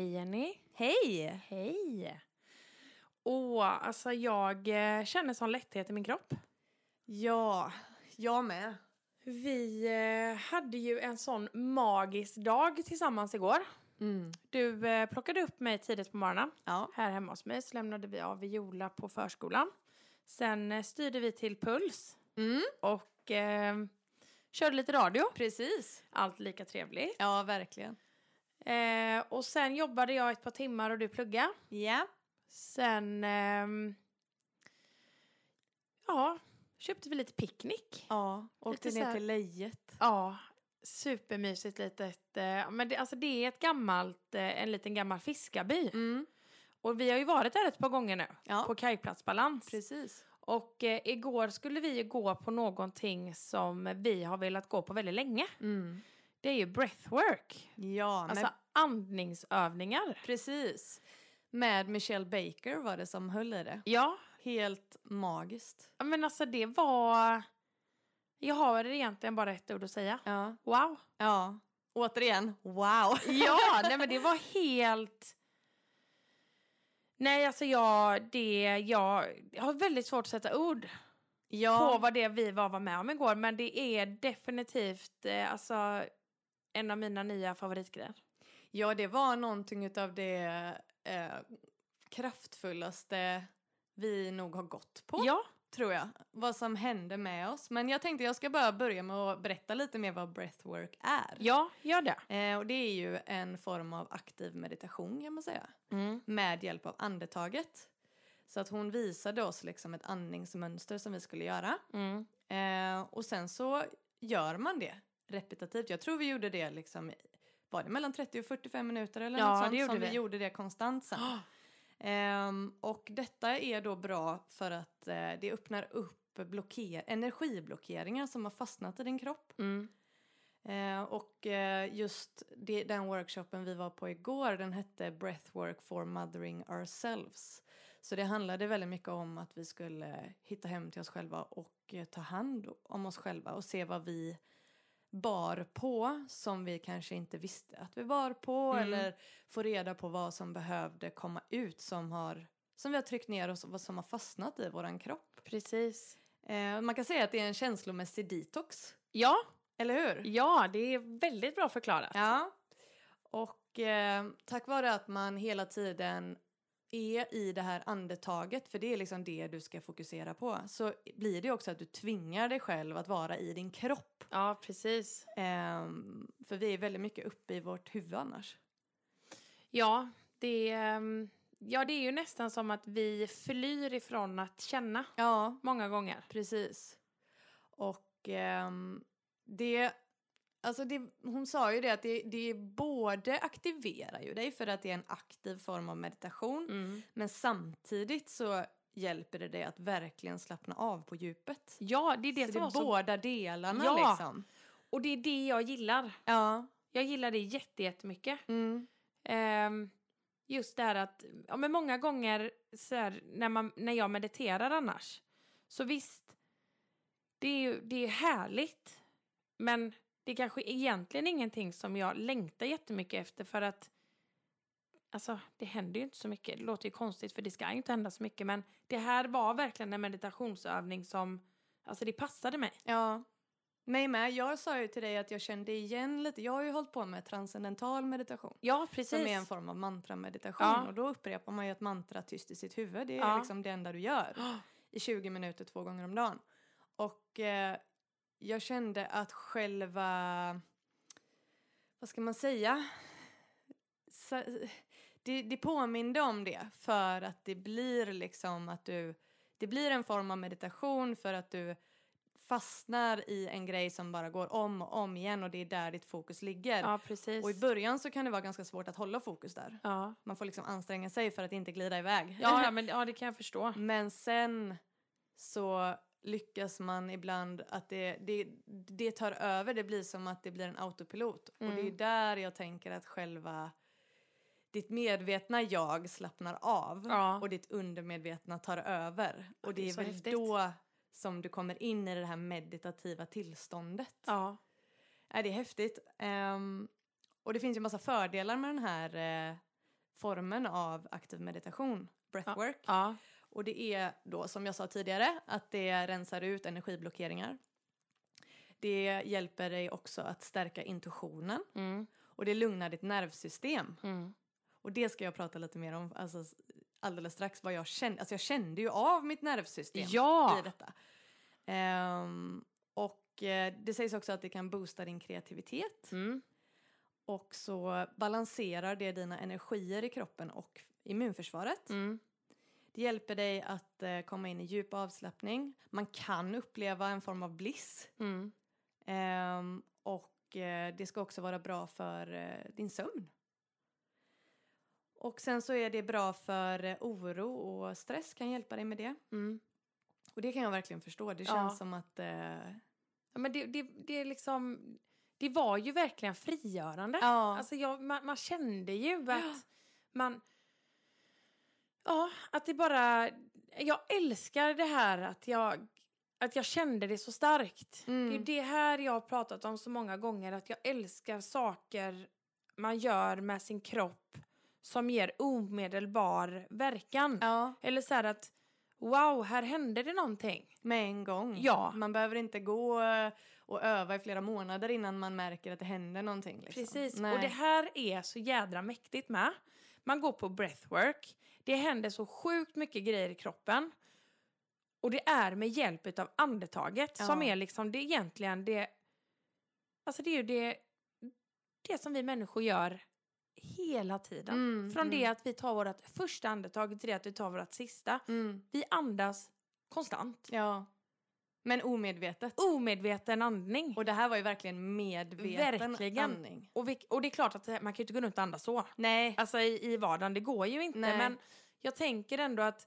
Hej Jenny. Hej! Hej. Alltså jag känner sån lätthet i min kropp. Ja, jag med. Vi hade ju en sån magisk dag tillsammans igår. Du plockade upp mig tidigt på morgonen. Ja. Här hemma hos mig så lämnade vi av Viola på förskolan. Sen styrde vi till Puls. Och körde lite radio. Precis. Allt lika trevligt. Ja, verkligen. Och sen jobbade jag ett par timmar och du pluggade. Ja. Sen köpte vi lite picknick. Ja, åkte Lite ner så här- till Lejet. Ja, supermysigt litet. Men det är ett en liten gammal fiskarby. Och vi har ju varit där ett par gånger nu. Ja. På Kajplatsbalans. Precis. Och igår skulle vi ju gå på någonting som vi har velat gå på väldigt länge. Det är ju breathwork. Ja, Alltså andningsövningar. precis. Med Michelle Baker var det som höll i det. Ja, Helt magiskt. men alltså det var... Jag har egentligen bara ett ord att säga. Ja. Wow. Ja. Återigen, wow. Ja, nej men det var helt... Nej, alltså jag har väldigt svårt att sätta ord på vad det vi var med om igår. Men det är definitivt en av mina nya favoritgrejer. Ja, det var någonting utav det kraftfullaste vi nog har gått på. Ja. Tror jag. Vad som hände med oss. Men jag tänkte jag ska bara börja med att berätta lite mer vad breathwork är. Ja, gör det. Och det är ju en form av aktiv meditation kan man säga. Med hjälp av andetaget. Så att hon visade oss liksom ett andningsmönster som vi skulle göra. Och sen så gör man det repetitivt. Jag tror vi gjorde det liksom, var det mellan 30 och 45 minuter eller något sånt, det som vi gjorde det konstant sen. Och detta är då bra för att det öppnar upp energiblockeringar som har fastnat i din kropp. Och just den workshopen vi var på igår, den hette Breathwork for Mothering Ourselves. Så det handlade väldigt mycket om att vi skulle hitta hem till oss själva och ta hand om oss själva och se vad vi bar på som vi kanske inte visste att vi bar på, eller få reda på vad som behövde komma ut som vi har tryckt ner oss och vad som har fastnat i våran kropp. Precis. Man kan säga att det är en känslomässig detox. Ja. Eller hur? Ja, det är väldigt bra förklarat. Ja. Och tack vare att man hela tiden är i det här andetaget, för det är liksom det du ska fokusera på, så blir det också att du tvingar dig själv att vara i din kropp. Ja, precis. För vi är väldigt mycket uppe i vårt huvud annars. Ja, det är ju nästan som att vi flyr ifrån att känna. Ja, Många gånger. precis. Och hon sa ju det att det både aktiverar ju dig för att det är en aktiv form av meditation. Men samtidigt så hjälper det dig att verkligen slappna av på djupet. Ja, det är det Så som det var är så... båda delarna liksom. Och det är det jag gillar. Ja. Jag gillar det jättemycket. Just det här att... Ja, men många gånger så här, när jag mediterar annars. Så visst, det är härligt. Men det är kanske egentligen ingenting som jag längtar jättemycket efter. För att... Alltså, det händer ju inte så mycket. Det låter ju konstigt för det ska inte hända så mycket. Men det här var verkligen en meditationsövning som... Alltså, det passade mig. Ja. Mig med. Jag sa ju till dig att jag kände igen lite. Jag har ju hållit på med transcendental meditation. Ja, precis. Som är en form av mantrameditation. Ja. Och då upprepar man ju ett mantra tyst i sitt huvud. Det är liksom det enda du gör. I 20 minuter 2 gånger om dagen. Och jag kände att själva... Vad ska man säga? Det påminde om det. För att det blir liksom att det blir en form av meditation för att du fastnar i en grej som bara går om och om igen och det är där ditt fokus ligger. Ja, precis. Och i början så kan det vara ganska svårt att hålla fokus där. Ja. Man får liksom anstränga sig för att inte glida iväg. Ja, men det kan jag förstå. Men sen så lyckas man ibland att det tar över. Det blir som att det blir en autopilot. Och det är där jag tänker att själva ditt medvetna jag slappnar av. Ja. Och ditt undermedvetna tar över. Och det är så väl häftigt. då som du kommer in i det här meditativa tillståndet. Ja. Det är häftigt. Och det finns ju massa fördelar med den här formen av aktiv meditation, breathwork. Ja. Och det är då, som jag sa tidigare, att det rensar ut energiblockeringar. Det hjälper dig också att stärka intuitionen. Och det lugnar ditt nervsystem. Och det ska jag prata lite mer om alldeles strax. Vad jag kände. Alltså jag kände ju av mitt nervsystem i detta. Det sägs också att det kan boosta din kreativitet. Och så balanserar det dina energier i kroppen och immunförsvaret. Det hjälper dig att komma in i djup avslappning. Man kan uppleva en form av bliss. Det ska också vara bra för din sömn. Och sen så är det bra för oro och stress, kan hjälpa dig med det. Och det kan jag verkligen förstå. Det känns som att... Ja, men det är liksom... Det var ju verkligen frigörande. Ja. Alltså man kände ju att man... Ja, att det bara... Jag älskar det här att jag kände det så starkt. Det är det här jag har pratat om så många gånger. Att jag älskar saker man gör med sin kropp som ger omedelbar verkan. Ja. Eller så här att, wow, här hände det någonting. Med en gång. Ja. Man behöver inte gå och öva i flera månader innan man märker att det händer någonting. Liksom. Precis, Nej. och det här är så jädra mäktigt med. Man går på breathwork. Det händer så sjukt mycket grejer i kroppen. Och det är med hjälp av andetaget som är liksom det egentligen det... Alltså det är ju det som vi människor gör hela tiden. Från det att vi tar vårt första andetag till det att vi tar vårt sista. Vi andas konstant. Ja. Men omedvetet. Omedveten andning. Och det här var ju verkligen medveten andning. Och det är klart att man kan ju inte gå runt och andas så. Nej. Alltså i vardagen, det går ju inte. Nej. Men jag tänker ändå att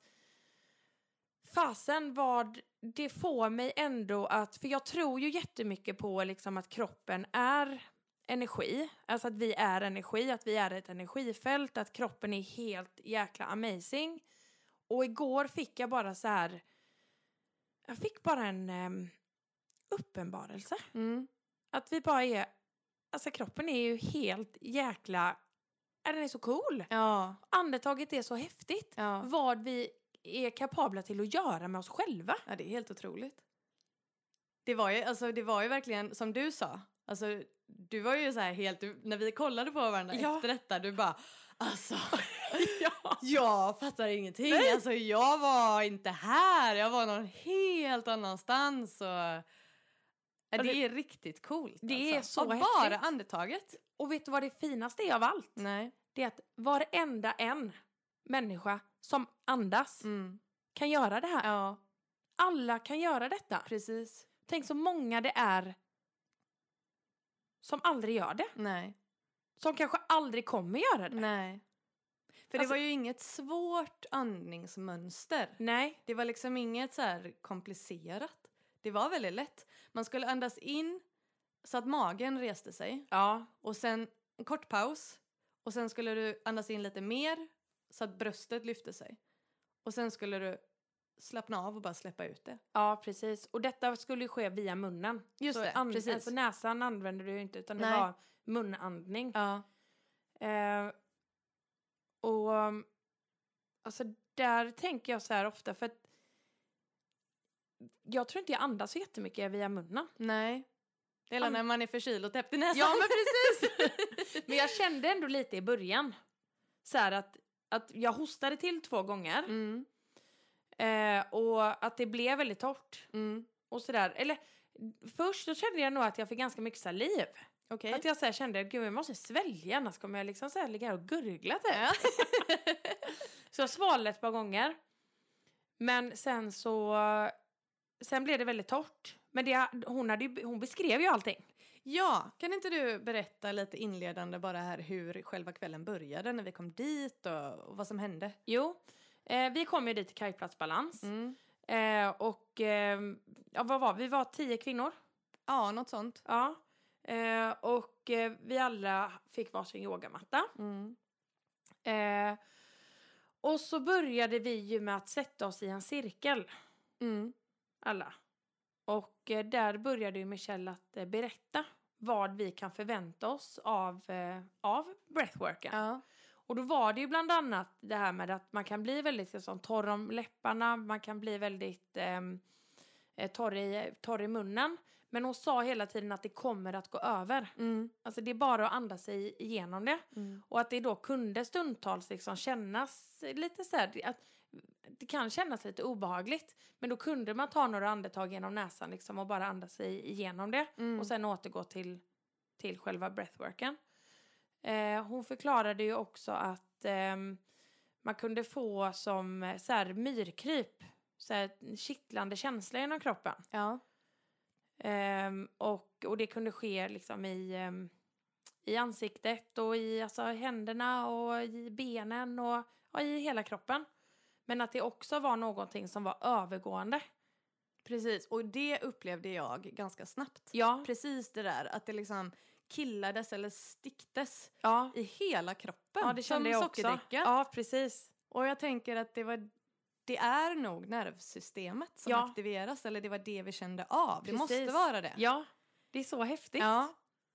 fasen vad det får mig ändå att... För jag tror ju jättemycket på liksom att kroppen är energi. Alltså att vi är energi, att vi är ett energifält. Att kroppen är helt jäkla amazing. Och igår fick jag bara så här... Jag fick bara en uppenbarelse. Att vi bara är... Alltså kroppen är ju helt jäkla... Den är så cool. Ja. Andetaget är så häftigt. Ja. Vad vi är kapabla till att göra med oss själva. Ja, det är helt otroligt. Det var ju verkligen, som du sa. Alltså, du var ju så här helt... När vi kollade på varandra efter detta, du bara... Alltså, jag fattar ingenting. Nej. Alltså, jag var inte här. Jag var någon helt annanstans. Och... det är riktigt coolt. Det alltså. är så häftigt. Bara andetaget. Och vet du vad det finaste är av allt? Nej. Det är att varenda en människa som andas kan göra det här. Ja. Alla kan göra detta. Precis. Tänk så många det är som aldrig gör det. Nej. Som kanske aldrig kommer göra det. Nej. För det var ju inget svårt andningsmönster. Nej. Det var liksom inget så här komplicerat. Det var väldigt lätt. Man skulle andas in så att magen reste sig. Ja. Och sen en kort paus. Och sen skulle du andas in lite mer så att bröstet lyfte sig. Och sen skulle du slappna av och bara släppa ut det. Ja, precis. Och detta skulle ju ske via munnen. Just det, precis. Alltså näsan använde du ju inte, utan det var munandning. Ja. Och alltså där tänker jag så här ofta, för att jag tror inte jag andas så jättemycket via munnen. Nej. Det är när man är förkyld och täppt i näsan. Ja, men precis. Men jag kände ändå lite i början så här att jag hostade till 2 gånger. Och att det blev väldigt torrt. Och sådär. Eller först så kände jag nog att jag fick ganska mycket saliv. Okay. Att jag så här kände, gud jag måste svälja, annars kommer jag liksom så här ligga här och gurgla typ. Ja. Så jag svalde ett par gånger. Men sen blev det väldigt torrt. Men hon beskrev ju allting. Ja, kan inte du berätta lite inledande bara här hur själva kvällen började, när vi kom dit och vad som hände? Jo, vi kom ju dit till Kajplats Balans. Vad var vi? var 10 kvinnor. Ja, något sånt. Ja. Och vi alla fick varsin yogamatta. Och så började vi ju med att sätta oss i en cirkel. Alla. Och där började ju Michelle att berätta vad vi kan förvänta oss av breathworken. Ja. Och då var det ju bland annat det här med att man kan bli väldigt liksom, torr om läpparna. Man kan bli väldigt torr i munnen. Men hon sa hela tiden att det kommer att gå över. Alltså det är bara att andas sig igenom det. Och att det då kunde stundtals liksom kännas lite så här, att det kan kännas lite obehagligt. Men då kunde man ta några andetag genom näsan liksom, och bara andas sig igenom det. Och sen återgå till själva breathworken. Hon förklarade ju också att man kunde få som så här myrkryp. Så här kittlande känsla genom kroppen. Ja. Och det kunde ske liksom i ansiktet och i alltså, händerna och i benen och i hela kroppen. Men att det också var någonting som var övergående. Precis, och det upplevde jag ganska snabbt. Ja. Precis det där, att det liksom killades eller sticktes Ja. i hela kroppen. Ja, det kände jag också. Ja, precis. Och jag tänker att det är nog nervsystemet som aktiveras, eller det var det vi kände av. Precis. Det måste vara det. Ja, det är så häftigt. Ja.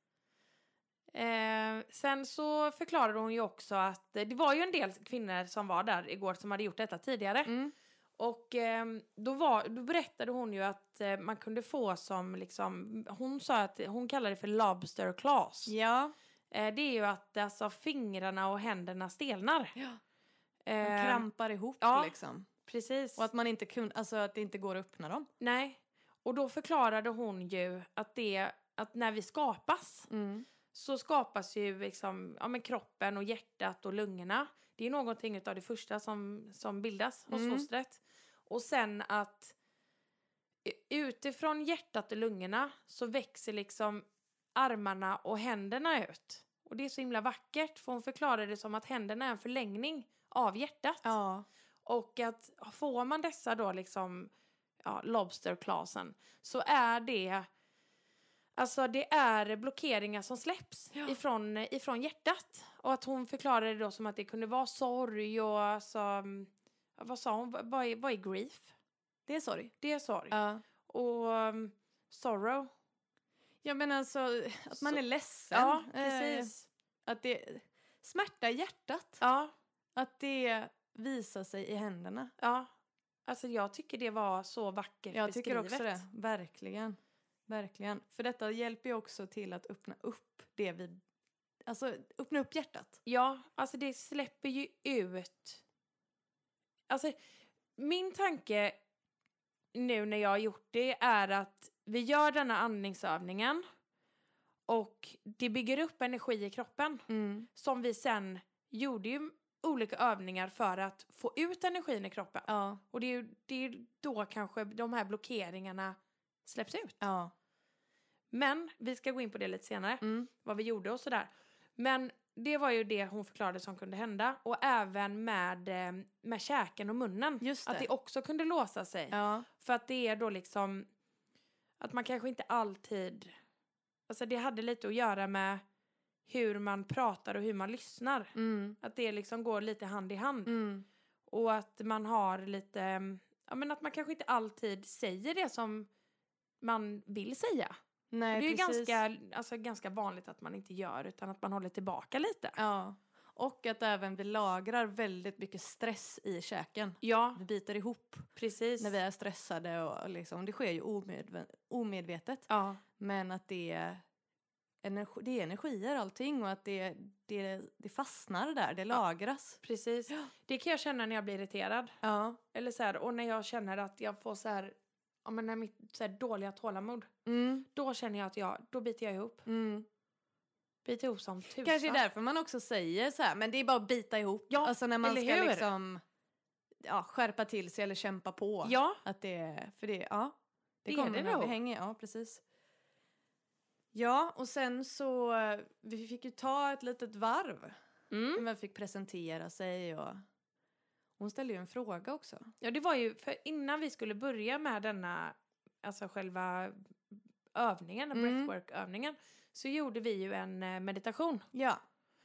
Sen så förklarade hon ju också att det var ju en del kvinnor som var där igår som hade gjort detta tidigare. Och då berättade hon ju att man kunde få som liksom, hon sa att hon kallade det för lobster claws. Ja. Det är ju att alltså, fingrarna och händerna stelnar. Ja. De krampar ihop liksom. Precis. Och att man inte alltså att det inte går att öppna dem. Nej. Och då förklarade hon ju att att när vi skapas så skapas ju liksom, men kroppen och hjärtat och lungorna. Det är någonting av det första som bildas hos fostret. Och sen att utifrån hjärtat och lungorna så växer liksom armarna och händerna ut. Och det är så himla vackert, för hon förklarade det som att händerna är en förlängning av hjärtat. Ja. Och att får man dessa då liksom lobster clawsen, så är det alltså det är blockeringar som släpps ifrån hjärtat. Och att hon förklarade det då som att det kunde vara sorg och alltså, vad sa hon? Vad är grief? Det är sorg. Det är sorg. Ja. Och sorrow. Ja, men alltså att man är ledsen. Ja, precis. Att det smärta i hjärtat. Ja. Att det visar sig i händerna. Ja. Alltså jag tycker det var så vackert jag beskrivet. Jag tycker också det. Verkligen. Verkligen. För detta hjälper ju också till att öppna upp öppna upp hjärtat. Ja, alltså det släpper ju ut. Alltså min tanke nu när jag har gjort det är att vi gör denna andningsövningen och det bygger upp energi i kroppen som vi sen gjorde ju olika övningar för att få ut energin i kroppen. Ja. Och det är då kanske de här blockeringarna släpps ut. Ja. Men vi ska gå in på det lite senare, vad vi gjorde och sådär. Men det var ju det hon förklarade som kunde hända. Och även med käken och munnen. Just det. Att det också kunde låsa sig. Ja. För att det är då liksom att man kanske inte alltid, alltså det hade lite att göra med hur man pratar och hur man lyssnar. Att det liksom går lite hand i hand. Och att man har lite, men att man kanske inte alltid säger det som man vill säga. Nej, det är precis. ju ganska vanligt att man inte gör, utan att man håller tillbaka lite. Ja. Och att även vi lagrar väldigt mycket stress i käken. Ja. Vi biter ihop. Precis. När vi är stressade och liksom, det sker ju omedvetet. Ja. Men att det är energier allting, och att det fastnar där, det lagras. Precis. Ja. Det kan jag känna när jag blir irriterad. Ja. Eller så här, och när jag känner att jag får så här, när mitt så här dåliga tålamod. Då känner jag att då biter jag ihop. Biter ihop som tusan. Kanske är därför man också säger så här, men det är bara att bita ihop. Ja, alltså när man ska hur? liksom skärpa till sig eller kämpa på. Ja. Att det kommer det när nog. vi hänger. Ja, precis. Ja, och sen så vi fick ju ta ett litet varv. Man fick presentera sig och hon ställde ju en fråga också. Ja, det var ju för innan vi skulle börja med denna, alltså själva övningen, breathwork-övningen, så gjorde vi ju en meditation. Ja.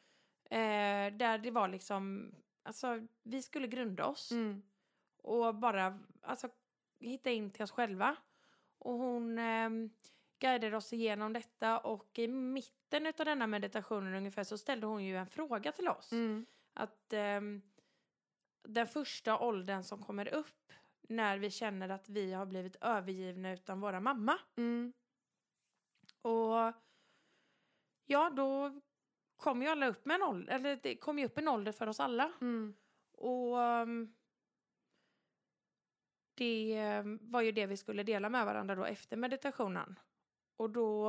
Där det var liksom, alltså vi skulle grunda oss och bara hitta in till oss själva. Och hon guidade oss igenom detta, och i mitten av denna meditationen ungefär så ställde hon ju en fråga till oss. Att den första åldern som kommer upp när vi känner att vi har blivit övergivna utan våra mamma. Och ja, då kommer ju alla upp med en ålder. Eller det kommer ju upp en ålder för oss alla. Och det var ju det vi skulle dela med varandra då efter meditationen. Och då,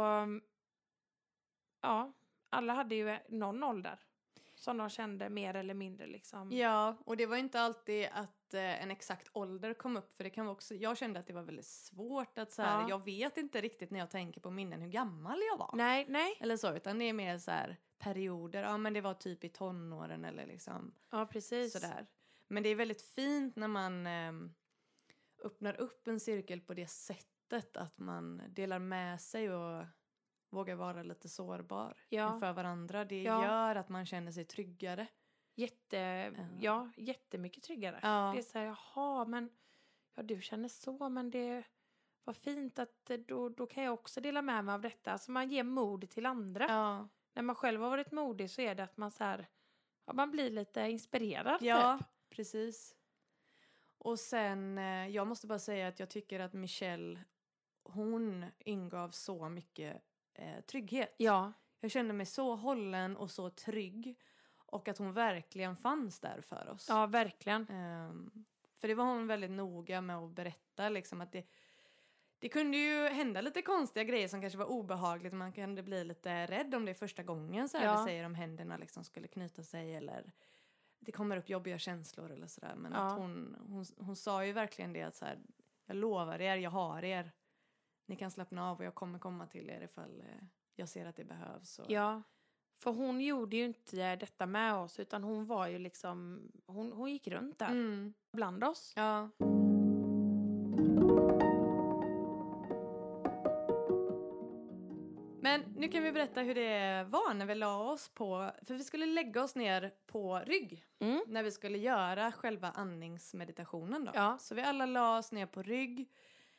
ja, alla hade ju någon ålder som de kände mer eller mindre liksom. Ja, och det var inte alltid att en exakt ålder kom upp. För det kan vara också, jag kände att det var väldigt svårt att så här, jag vet inte riktigt när jag tänker på minnen hur gammal jag var. Nej. Eller så, utan det är mer så här perioder. Ja, men det var typ i tonåren eller liksom. Ja, precis. Sådär. Men det är väldigt fint när man öppnar upp en cirkel på det sättet. Att man delar med sig och vågar vara lite sårbar inför varandra. Det gör att man känner sig tryggare. Jättemycket tryggare. Ja. Det är så här, jaha, men du känner så, men det var fint att då kan jag också dela med mig av detta. Alltså man ger mod till andra. Ja. När man själv har varit modig så är det att man så här, man blir lite inspirerad. Ja, typ. precis. Och sen, jag måste bara säga att jag tycker att Michelle, hon ingav så mycket trygghet. Ja. Jag kände mig så hållen och så trygg. Och att hon verkligen fanns där för oss. Ja, verkligen. För det var hon väldigt noga med att berätta. Liksom, att det kunde ju hända lite konstiga grejer som kanske var obehagligt. Man kunde bli lite rädd om det är första gången. Så här, vi säger om händerna liksom skulle knyta sig. Eller det kommer upp jobbiga känslor eller sådär. Men att hon sa ju verkligen det. Att så här, jag lovar er, jag har er. Ni kan slappna av och jag kommer komma till er ifall jag ser att det behövs. Och... Ja, för hon gjorde ju inte detta med oss. Utan hon var ju liksom, hon gick runt där bland oss. Ja. Men nu kan vi berätta hur det var när vi la oss på... För vi skulle lägga oss ner på rygg. När vi skulle göra själva andningsmeditationen då. Ja. Så vi alla la oss ner på rygg.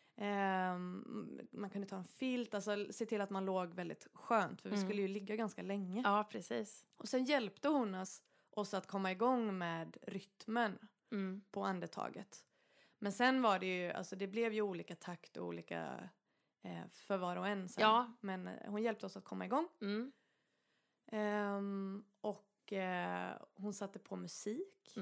Man kunde ta en filt. Alltså se till att man låg väldigt skönt. För vi skulle ju ligga ganska länge. Ja, precis. Och sen hjälpte hon oss att komma igång med rytmen på andetaget. Men sen var det ju... Alltså det blev ju olika takt och olika... för var och en sen. Ja. Men hon hjälpte oss att komma igång. Och hon satte på musik.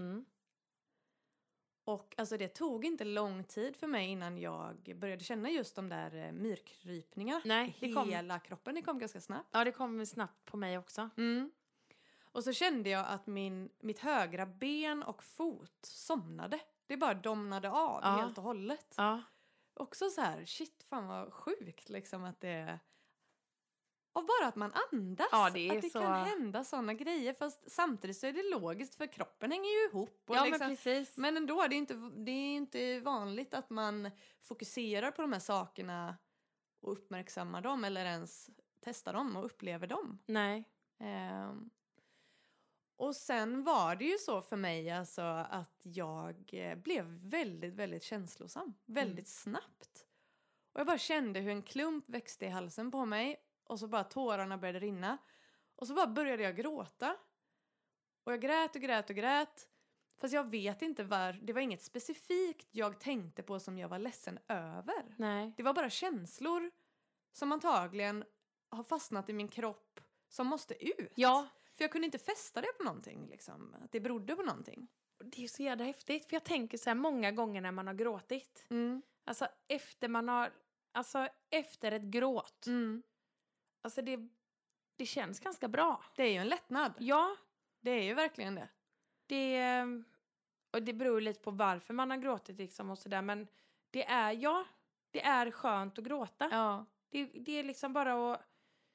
Och alltså det tog inte lång tid för mig innan jag började känna just de där myrkrypningarna. Nej, hela kroppen. Det kom ganska snabbt. Ja, det kom snabbt på mig också. Och så kände jag att mitt högra ben och fot somnade. Det bara domnade av helt och hållet. Ja. Också så här, shit, fan vad sjukt liksom att det... Och bara att man andas. Ja, det är att det så... kan hända sådana grejer. Fast samtidigt så är det logiskt för kroppen hänger ju ihop. Och Ja, liksom, men precis. Men ändå, det är inte vanligt att man fokuserar på de här sakerna och uppmärksammar dem. Eller ens testar dem och upplever dem. Nej. Och sen var det ju så för mig alltså att jag blev väldigt, väldigt känslosam. Väldigt snabbt. Och jag bara kände hur en klump växte i halsen på mig. Och så bara tårarna började rinna. Och så bara började jag gråta. Och jag grät och grät och grät. Fast jag vet inte det var inget specifikt jag tänkte på som jag var ledsen över. Nej. Det var bara känslor som antagligen har fastnat i min kropp som måste ut. Ja. För jag kunde inte fästa det på någonting liksom. Att det berodde på någonting. Det är så jävla häftigt. För jag tänker så här många gånger när man har gråtit. Alltså efter ett gråt. Alltså det känns ganska bra. Det är ju en lättnad. Ja. Det är ju verkligen det. Och det beror lite på varför man har gråtit liksom och sådär. Men det är skönt att gråta. Ja. Det är liksom bara att...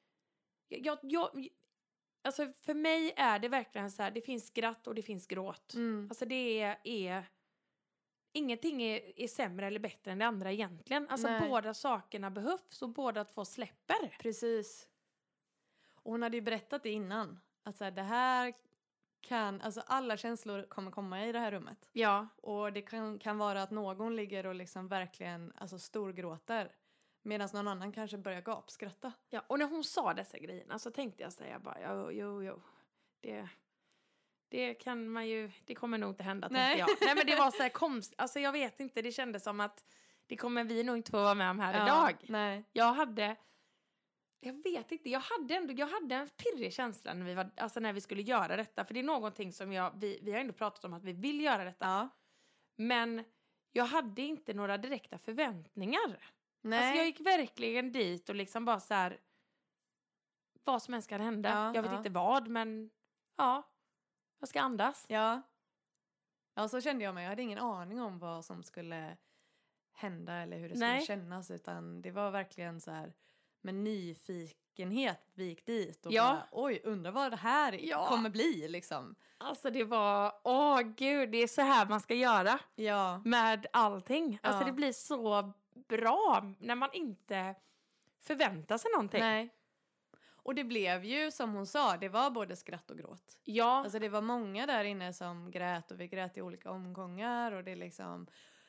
Alltså för mig är det verkligen så här, det finns skratt och det finns gråt. Alltså det är ingenting är sämre eller bättre än det andra egentligen. Alltså båda sakerna behövs och båda två släpper. Precis. Och hon hade ju berättat det innan. Att så här, det här alltså alla känslor kommer komma i det här rummet. Ja. Och det kan vara att någon ligger och liksom verkligen storgråter. Medan någon annan kanske börjar gapskratta. Ja, och när hon sa dessa grejerna så tänkte jag säga bara, jo. Det kan man ju, det kommer nog inte hända, tänkte jag. Nej, men det var så här alltså jag vet inte, det kändes som att det kommer vi nog inte få vara med om här idag. Nej. Jag vet inte, jag hade en pirrig känsla när vi skulle göra detta. För det är någonting som vi har ändå pratat om att vi vill göra detta. Ja. Men jag hade inte några direkta förväntningar. Nej. Alltså jag gick verkligen dit och liksom bara så här, vad som än ska hända. Ja, jag vet inte vad, men ja, jag ska andas. Ja. Ja, så kände jag mig. Jag hade ingen aning om vad som skulle hända eller hur det skulle kännas. Utan det var verkligen så här med nyfikenhet vi gick dit. Och bara, oj, undrar vad det här kommer bli liksom. Alltså det var, gud, det är så här man ska göra. Ja. Med allting. Alltså det blir så bra när man inte förväntar sig någonting. Nej. Och det blev ju, som hon sa, det var både skratt och gråt. Ja. Alltså det var många där inne som grät och vi grät i olika omgångar och det liksom...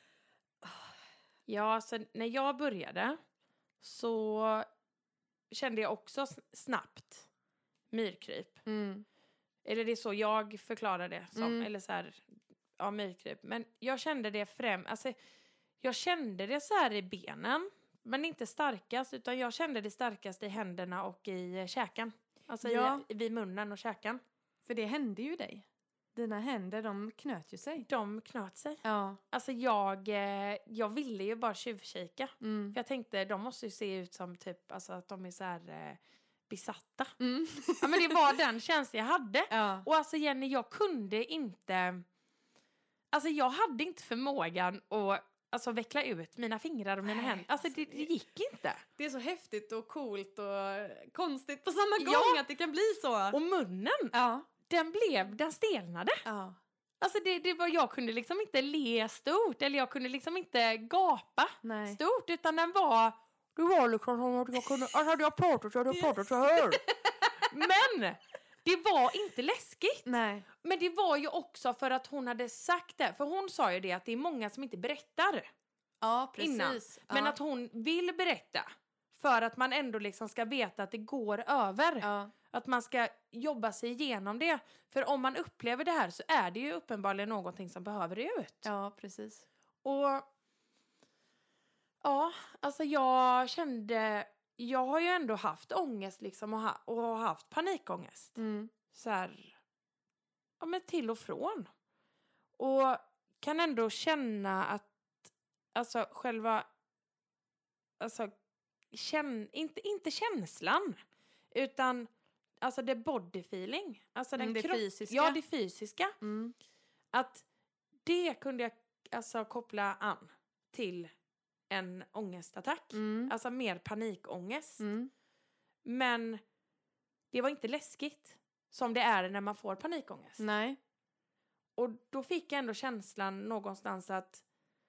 Ja, så när jag började så kände jag också snabbt myrkryp. Mm. Eller det är så jag förklarar det som. Eller så här, ja, myrkryp. Men jag kände det alltså jag kände det så här i benen. Men inte starkast, utan jag kände det starkast i händerna och i käken. Alltså vid munnen och käken. För det hände ju dig. Dina händer, de knöt ju sig. De knöt sig. Ja. Alltså jag ville ju bara tjuvkika. Mm. För jag tänkte, de måste ju se ut som typ, alltså att de är så här besatta. Mm. Ja, men det var den känslan jag hade. Ja. Och alltså Jenny, jag kunde inte... Alltså jag hade inte förmågan att... Alltså veckla ut mina fingrar och mina händer. Alltså det gick inte. Det är så häftigt och coolt och konstigt på samma gång att det kan bli så. Och munnen, den stelnade. Ja. Alltså det var, jag kunde liksom inte le stort. Eller jag kunde liksom inte gapa stort. Utan den var... Det var liksom som att jag kunde... Alltså hade jag pratat så här. Men... Det var inte läskigt. Nej. Men det var ju också för att hon hade sagt det. För hon sa ju det att det är många som inte berättar. Ja, precis. Innan. Men att hon vill berätta. För att man ändå liksom ska veta att det går över. Ja. Att man ska jobba sig igenom det. För om man upplever det här så är det ju uppenbarligen någonting som behöver ut. Ja, precis. Och ja, alltså jag kände... Jag har ju ändå haft ångest liksom och haft panikångest. Mm. Så här, ja men till och från. Och kan ändå känna att, alltså själva, alltså inte känslan, utan alltså det body feeling. Alltså den det fysiska. Ja, det fysiska. Mm. Att det kunde jag alltså koppla an till en ångestattack. Alltså mer panikångest. Men det var inte läskigt som det är när man får panikångest. Nej. Och då fick jag ändå känslan någonstans att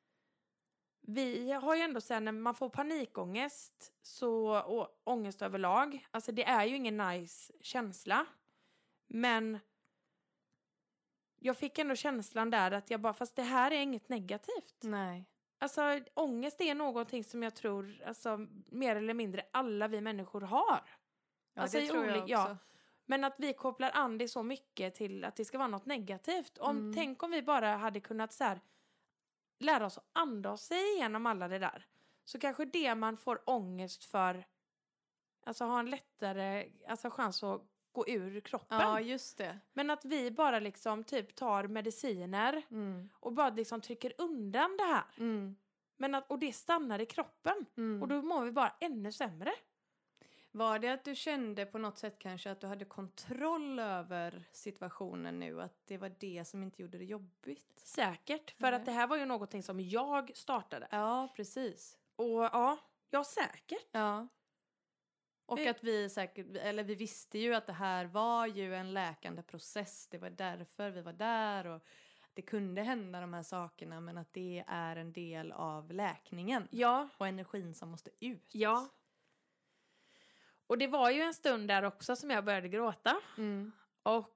vi har ju ändå sen när man får panikångest och ångest överlag. Alltså det är ju ingen nice känsla. Men jag fick ändå känslan där att jag bara, fast det här är inget negativt. Nej. Alltså ångest är någonting som jag tror alltså, mer eller mindre alla vi människor har. Ja, alltså, det tror jag också. Ja. Men att vi kopplar an det så mycket till att det ska vara något negativt. Tänk om vi bara hade kunnat så här, lära oss att andas igenom alla det där. Så kanske det man får ångest för, alltså ha en lättare alltså, chans att gå ur kroppen. Ja, just det. Men att vi bara liksom typ tar mediciner och bara liksom trycker undan det här. Men och det stannar i kroppen. Och då mår vi bara ännu sämre. Var det att du kände på något sätt kanske att du hade kontroll över situationen nu? Att det var det som inte gjorde det jobbigt? Säkert. För att det här var ju någonting som jag startade. Ja, precis. Och ja, säkert. Ja. Och att vi visste ju att det här var ju en läkande process. Det var därför vi var där och det kunde hända de här sakerna. Men att det är en del av läkningen. Ja. Och energin som måste ut. Ja. Och det var ju en stund där också som jag började gråta. Och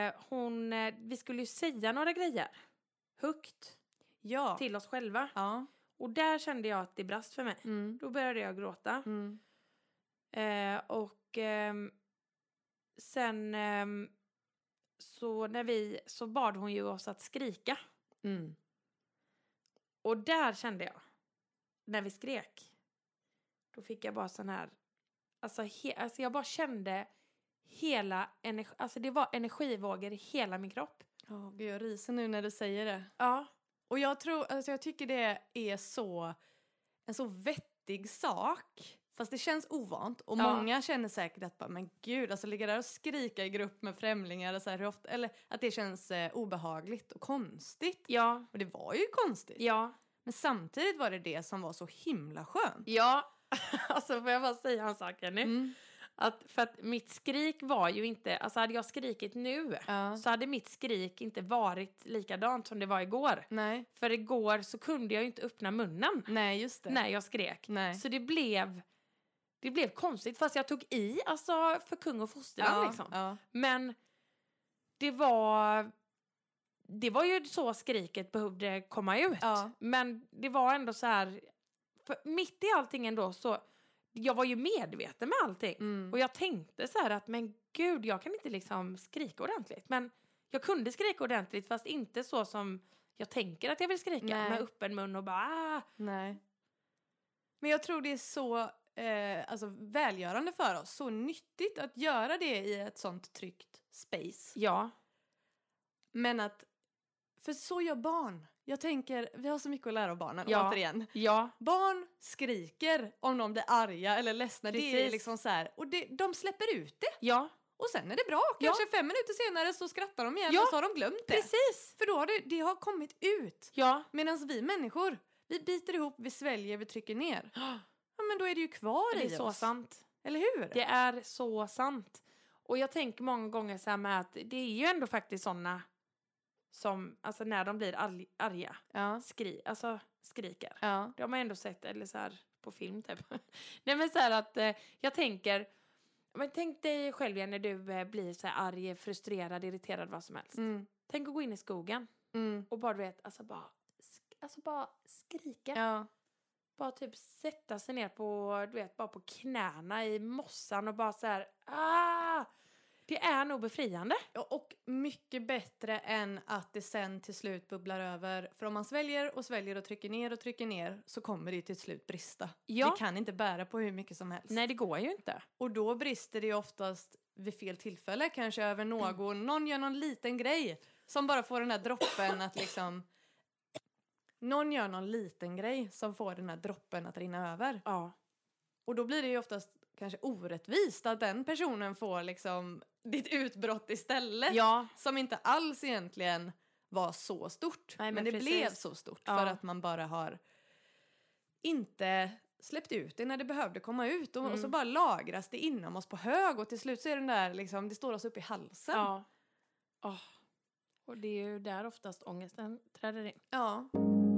vi skulle ju säga några grejer. Högt. Ja. Till oss själva. Ja. Och där kände jag att det brast för mig. Då började jag gråta. Och sen så bad hon ju oss att skrika. Mm. Och där kände jag, när vi skrek, då fick jag bara sån här, alltså jag bara kände hela energi, alltså det var energivågor i hela min kropp. Ja, gud, jag ryser nu när du säger det. Ja. Och jag tycker det är en så vettig sak. Fast det känns ovant. Och många känner säkert att bara, men gud, alltså ligga där och skrika i grupp med främlingar. Och så här, hur ofta, eller att det känns obehagligt och konstigt. Ja. Och det var ju konstigt. Ja. Men samtidigt var det som var så himla skönt. Ja. Alltså får jag bara säga en sak här nu. Mm. För att mitt skrik var ju inte, alltså hade jag skrikit nu så hade mitt skrik inte varit likadant som det var igår. Nej. För igår så kunde jag ju inte öppna munnen. Nej, just det. När jag skrek. Nej. Så det blev konstigt fast jag tog i, alltså för kung och fosterland liksom. Ja. Men det var ju så skriket behövde komma ut. Ja. Men det var ändå så här, för mitt i allting ändå så, jag var ju medveten med allting. Mm. Och jag tänkte så här att, men gud, jag kan inte liksom skrika ordentligt. Men jag kunde skrika ordentligt fast inte så som jag tänker att jag vill skrika. Nej. Med öppen mun och bara Nej. Men jag tror det är så alltså välgörande för oss. Så nyttigt att göra det i ett sånt tryggt space. Ja. Men för så gör barn. Jag tänker, vi har så mycket att lära av barnen, återigen. Ja. Barn skriker om de blir arga eller ledsna. Precis. Det är liksom så här. Och de släpper ut det. Ja. Och sen är det bra. Kanske 5 minuter senare så skrattar de igen och så har de glömt det. Precis. För då har det har kommit ut. Ja. Medan vi människor, vi biter ihop, vi sväljer, vi trycker ner. Ja, men då är det ju kvar i oss. Det är så sant. Eller hur? Det är så sant. Och jag tänker många gånger så här med att det är ju ändå faktiskt såna som, alltså när de blir arga, Ja. skriker. Ja. Det har man ändå sett, eller så här på film typ. Nej men så här att jag tänker, men tänk dig själv igen när du blir så här arg, frustrerad, irriterad, vad som helst. Mm. Tänk att gå in i skogen och bara du vet, bara skrika. Ja. Bara typ sätta sig ner på, du vet, bara på knäna i mossan och bara så här, det är nog befriande. Och mycket bättre än att det sen till slut bubblar över. För om man sväljer och trycker ner så kommer det ju till slut brista. Ja. Det kan inte bära på hur mycket som helst. Nej, det går ju inte. Och då brister det ju oftast vid fel tillfälle. Kanske över någon gör någon liten grej som bara får den här droppen att liksom... Någon gör någon liten grej som får den här droppen att rinna över. Ja. Och då blir det ju oftast kanske orättvist att den personen får liksom ditt utbrott istället. Ja. Som inte alls egentligen var så stort. Nej, men det precis. blev så stort för att man bara har inte släppt ut det när det behövde komma ut. Och så bara lagras det inom oss på hög. Och till slut så är den där liksom, det står oss upp i halsen. Ja. Och det är ju där oftast ångesten träder in. Ja.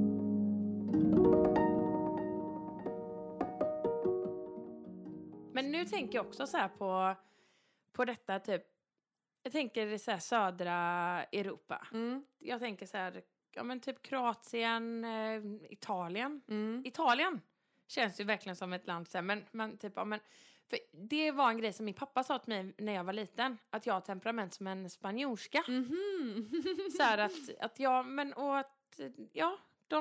Men nu tänker jag också så här på detta typ, jag tänker så här södra Europa. Jag tänker så här, ja men typ Kroatien, Italien. Italien känns ju verkligen som ett land så här, men typ, ja men, för det var en grej som min pappa sa till mig när jag var liten, att jag har temperament som en spanjorska. Så här att jag, men och att, ja,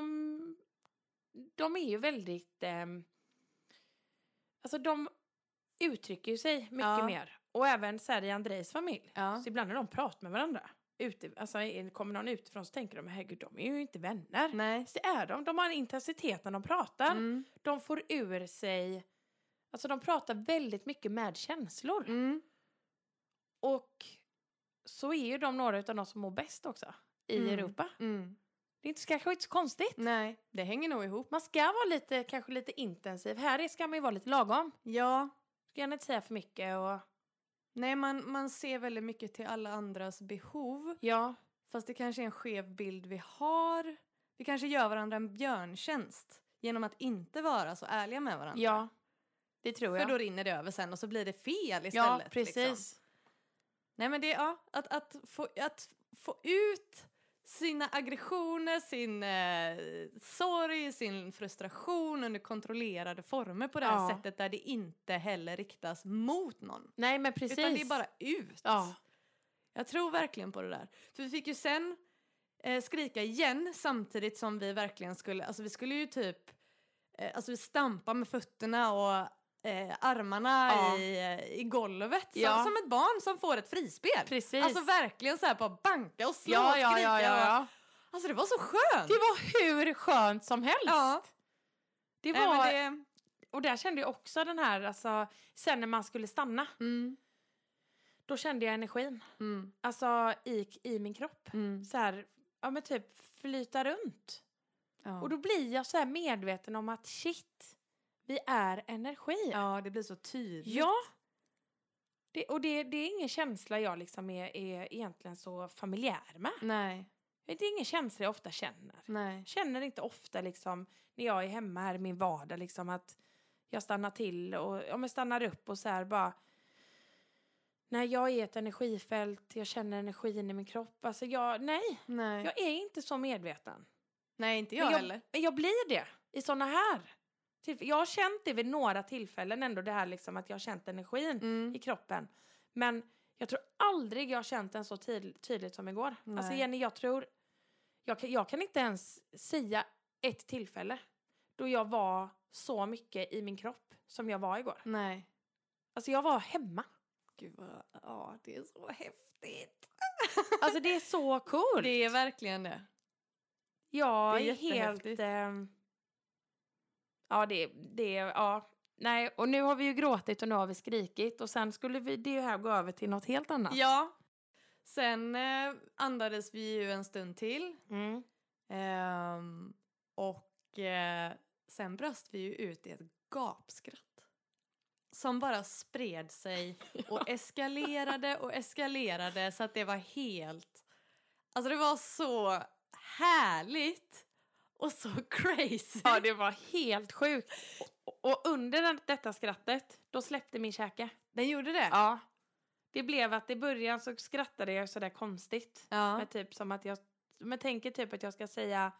de är ju väldigt, alltså de uttrycker ju sig mycket mer. Och även så här i Andrejs familj. Ja. Så ibland när de pratar med varandra. Alltså kommer någon utifrån så tänker de, herregud, de är ju inte vänner. Nej. Så är de. De har en intensitet när de pratar. De får ur sig, alltså de pratar väldigt mycket med känslor. Och så är ju de några av de som mår bäst också i Europa. Det är kanske inte så konstigt. Nej, det hänger nog ihop. Man ska vara kanske lite intensiv. Här ska man ju vara lite lagom. Ja. Ska gärna inte säga för mycket. Nej, man ser väldigt mycket till alla andras behov. Ja. Fast det kanske är en skev bild vi har. Vi kanske gör varandra en björntjänst genom att inte vara så ärliga med varandra. Ja, det tror jag. För då rinner det över sen och så blir det fel istället. Ja, precis. Liksom. Nej, men det är att få ut sina aggressioner, sin sorg, sin frustration under kontrollerade former på det här sättet där det inte heller riktas mot någon. Nej, men precis. Utan det är bara ut. Ja. Jag tror verkligen på det där. För vi fick ju sen skrika igen samtidigt som vi verkligen skulle, alltså vi skulle ju typ, alltså vi stampa med fötterna och armarna i golvet. Som ett barn som får ett frispel. Precis. Alltså verkligen så här på banka och slå Ja, och skrika. ja. Alltså det var så skönt. Det var hur skönt som helst. Ja. Det var... Och där kände jag också den här, alltså, sen när man skulle stanna. Då kände jag energin. Alltså i min kropp. Så här, ja men typ flyta runt. Ja. Och då blir jag så här medveten om att shit, vi är energi. Ja, det blir så tydligt. Ja. Det är ingen känsla jag liksom är egentligen så familjär med. Nej. Det är ingen känsla jag ofta känner. Nej. Känner inte ofta liksom när jag är hemma här i min vardag liksom att jag stannar till och jag stannar upp och så här bara. När jag är ett energifält, jag känner energin i min kropp. Alltså nej. Jag är inte så medveten. Nej, inte jag heller. Men jag blir det i såna här. Jag har känt det vid några tillfällen ändå det här liksom att jag har känt energin i kroppen. Men jag tror aldrig jag har känt den så tydligt som igår. Nej. Alltså Jenny, jag tror, jag kan inte ens säga ett tillfälle då jag var så mycket i min kropp som jag var igår. Nej. Alltså jag var hemma. Gud vad, det är så häftigt. Alltså det är så coolt. Det är verkligen det. Ja, det är helt... Nej, och nu har vi ju gråtit och nu har vi skrikit. Och sen skulle det ju här gå över till något helt annat. Ja. Sen andades vi ju en stund till. Sen brast vi ju ut i ett gapskratt. Som bara spred sig och eskalerade så att det var helt... Alltså det var så härligt och så crazy. Ja, det var helt sjukt. Och under detta skrattet, då släppte min käke. Den gjorde det? Ja. Det blev att i början så skrattade jag sådär konstigt. Ja. Med typ som att jag tänker typ att jag ska säga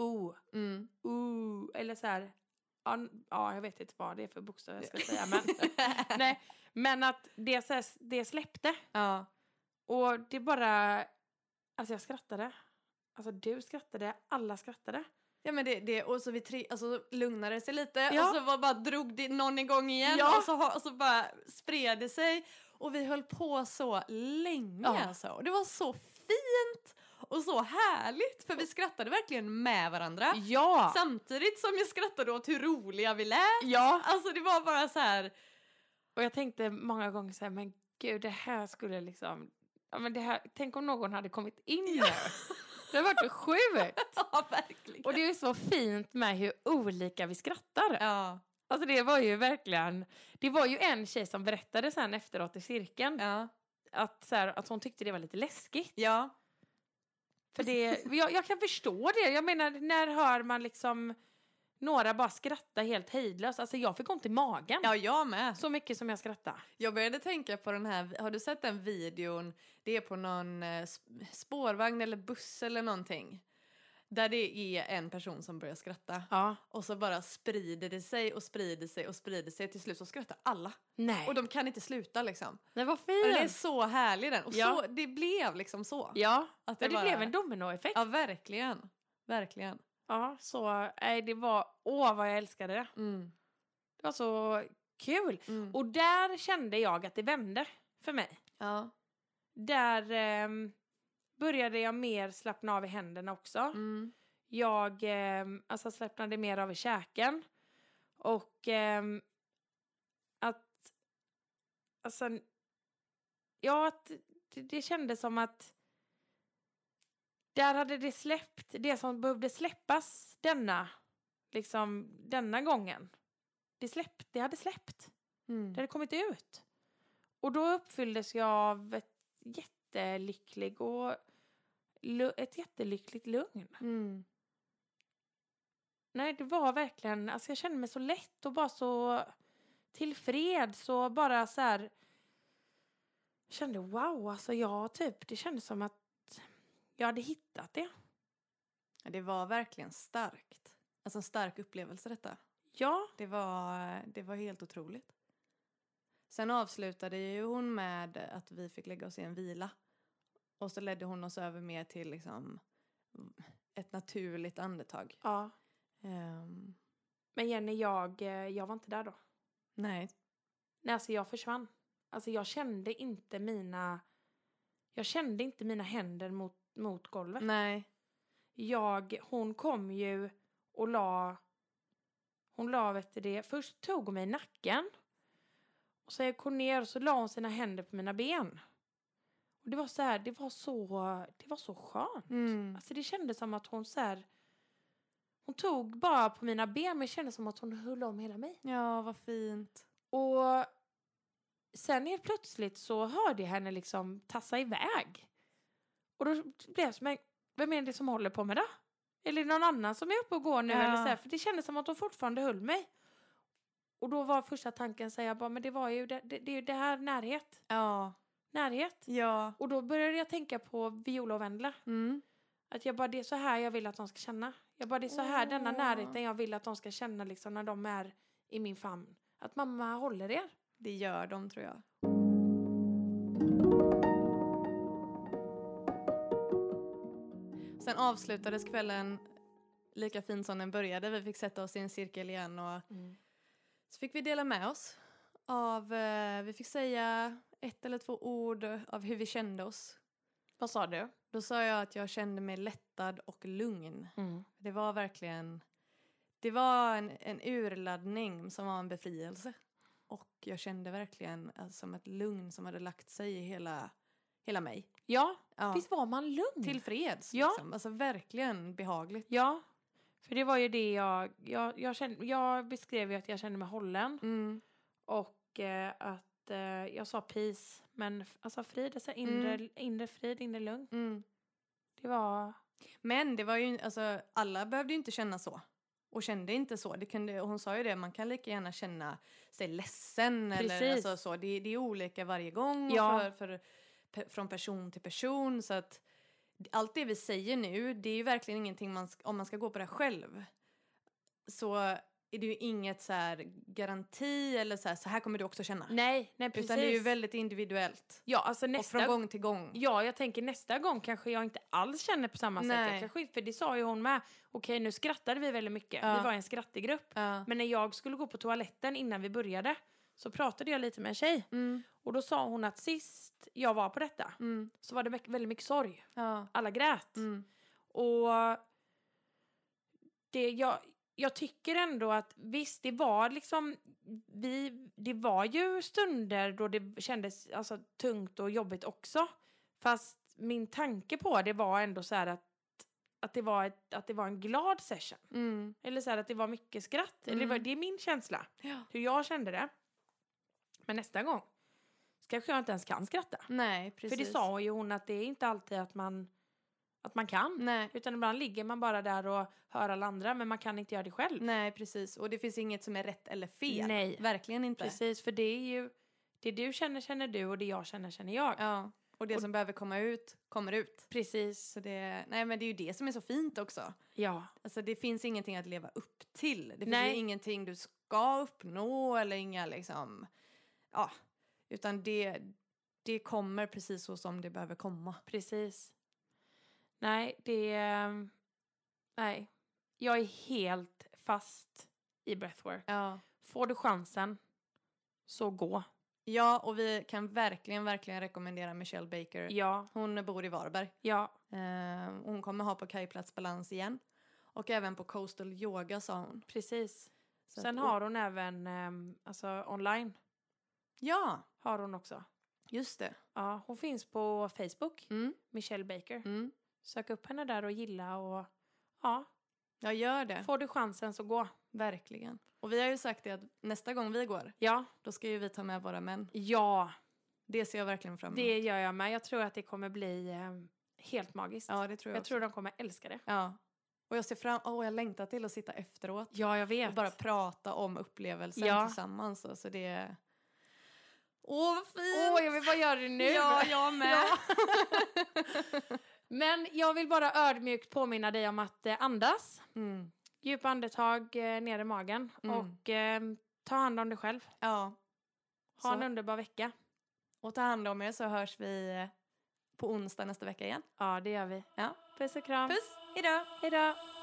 eller så här. Ja, jag vet inte vad det är för bokstav jag ska säga. Men, nej, men att det släppte. Ja. Och det bara... Alltså jag skrattade. Alltså du skrattade. Alla skrattade. Ja men det och så alltså lugnade sig lite. Och så bara drog det någon igång igen. Ja. Och så bara spred det sig. Och vi höll på så länge alltså. Och det var så fint. Och så härligt, för vi skrattade verkligen med varandra. Ja. Samtidigt som jag skrattade åt hur roliga vi lät. Ja. Alltså det var bara så här. Och jag tänkte många gånger så här, men gud det här skulle liksom... Ja, men det här, tänk om någon hade kommit in där. Det har varit så sjukt. Ja, verkligen. Och det är så fint med hur olika vi skrattar. Ja. Alltså det var ju verkligen... Det var ju en tjej som berättade sen efteråt i cirkeln. Ja. Att hon tyckte det var lite läskigt. Ja. För det, jag kan förstå det. Jag menar, när hör man liksom några bara skratta helt hejdlöst? Alltså jag fick ont i magen. Ja, jag med. Så mycket som jag skrattade. Jag började tänka på den här, har du sett den videon? Det är på någon spårvagn eller buss eller någonting. Där det är en person som börjar skratta. Ja. Och så bara sprider det sig och sprider sig och sprider sig. Till slut så skrattar alla. Nej. Och de kan inte sluta liksom. Det var fint. Det är så härlig den. Och så, det blev liksom så. Ja, att det blev en dominoeffekt. Ja, verkligen. Verkligen. Ja, så det var, vad jag älskade det. Det var så kul. Och där kände jag att det vände för mig. Ja. Där började jag mer slappna av i händerna också. Jag slappnade mer av i käken. Och det kändes som att där hade det släppt det som behövde släppas denna gången. Det hade släppt. Det hade kommit ut. Och då uppfylldes jag av ett jättelyckligt lugn. Nej, det var verkligen, alltså jag kände mig så lätt och bara så tillfreds och bara så här kände wow, alltså det kändes som att jag hade hittat det. Det var verkligen starkt. Alltså en stark upplevelse detta. Ja. Det var helt otroligt. Sen avslutade ju hon med att vi fick lägga oss i en vila. Och så ledde hon oss över mer till liksom ett naturligt andetag. Ja. Men Jenny, jag var inte där då. Nej. Nej, alltså jag försvann. Alltså jag kände inte mina händer mot golvet. Nej. Hon kom ju och hon la efter det. Först tog hon mig i nacken. Och så gick hon ner och så la hon sina händer på mina ben. Och det var så här, det var så skönt. Alltså det kändes som att hon så här, hon tog bara på mina ben, men det kändes som att hon höll om hela mig. Ja, vad fint. Och sen helt plötsligt så hörde jag henne liksom tassa iväg. Och då blev jag som, vem är det som håller på med det? Eller någon annan som är uppe och går nu? Ja. Eller så här, för det kändes som att hon fortfarande höll mig. Och då var första tanken, säga bara, men det var ju det är ju det här närhet. Ja. Närhet. Ja. Och då började jag tänka på Viola och Vendela. Att jag bara, det är så här jag vill att de ska känna. Jag bara, det är så här denna närheten jag vill att de ska känna liksom när de är i min famn. Att mamma håller er. Det gör de, tror jag. Sen avslutades kvällen lika fint som den började. Vi fick sätta oss i en cirkel igen och så fick vi dela med oss av, vi fick säga 1 eller 2 ord av hur vi kände oss. Vad sa du? Då sa jag att jag kände mig lättad och lugn. Det var verkligen, det var en urladdning som var en befrielse. Och jag kände verkligen som ett lugn som hade lagt sig i hela mig. Ja, visst var man lugn? Tillfreds, ja. Liksom. Alltså verkligen behagligt. Ja, för det var ju det jag kände. Jag beskrev ju att jag kände mig hållen. Och att jag sa peace. Men alltså frid, alltså inre frid, inre lugn. Det var... Men det var ju, alltså alla behövde ju inte känna så. Och kände inte så. Och hon sa ju det, man kan lika gärna känna sig ledsen. Precis. Eller alltså så. Det är olika varje gång. Ja. Från person till person. Så att allt det vi säger nu, det är ju verkligen ingenting om man ska gå på det själv. Så är det ju inget så här garanti eller så här kommer du också känna. Nej, precis. Utan det är ju väldigt individuellt. Ja, alltså och från gång till gång. Ja, jag tänker nästa gång kanske jag inte alls känner på samma sätt. För det sa ju hon med. Okej, nu skrattade vi väldigt mycket. Vi var en skrattig grupp. Men när jag skulle gå på toaletten innan vi började så pratade jag lite med en tjej. Och då sa hon att sist jag var på detta så var det väldigt mycket sorg. Alla grät. Och jag tycker ändå att visst, det var liksom det var ju stunder då det kändes alltså tungt och jobbigt också. Fast min tanke på det var ändå så här att det var en glad session. Eller så här att det var mycket skratt. Eller det är min känsla. Ja. Hur jag kände det. Men nästa gång kanske jag inte ens kan skratta. Nej, precis. För det sa ju hon att det är inte alltid att man kan. Nej. Utan ibland ligger man bara där och hör alla andra. Men man kan inte göra det själv. Nej, precis. Och det finns inget som är rätt eller fel. Nej. Verkligen inte. Precis, för det är ju det du känner du och det jag känner jag. Ja. Och det som behöver komma ut, kommer ut. Precis. Så men det är ju det som är så fint också. Ja. Alltså det finns ingenting att leva upp till. Det finns ju ingenting du ska uppnå eller inga liksom... Ja, utan det kommer precis så som det behöver komma. Precis. Nej, jag är helt fast i breathwork. Ja. Får du chansen så gå. Ja, och vi kan verkligen rekommendera Michelle Baker. Ja. Hon bor i Varberg. Ja. Hon kommer ha på Kajplats Balans igen. Och även på Coastal Yoga, sa hon. Precis. Sen har hon även alltså online. Ja. Har hon också. Just det. Ja, hon finns på Facebook. Michelle Baker. Sök upp henne där och gilla och ja. Jag gör det. Får du chansen så gå. Verkligen. Och vi har ju sagt det att nästa gång vi går. Ja. Då ska ju vi ta med våra män. Ja. Det ser jag verkligen fram emot. Det gör jag med. Jag tror att det kommer bli helt magiskt. Ja, det tror jag också. Tror de kommer älska det. Ja. Och jag ser jag längtar till att sitta efteråt. Ja, jag vet. Och bara prata om upplevelsen tillsammans. Så det är... Åh, vad fint! Jag vill bara göra det nu. Ja, jag med. Ja. Men jag vill bara ödmjukt påminna dig om att andas. Djupa andetag ner i magen. Och ta hand om dig själv. Ja. Ha en underbar vecka. Och ta hand om er så hörs vi på onsdag nästa vecka igen. Ja, det gör vi. Ja. Puss och kram. Puss, hejdå! Hej då!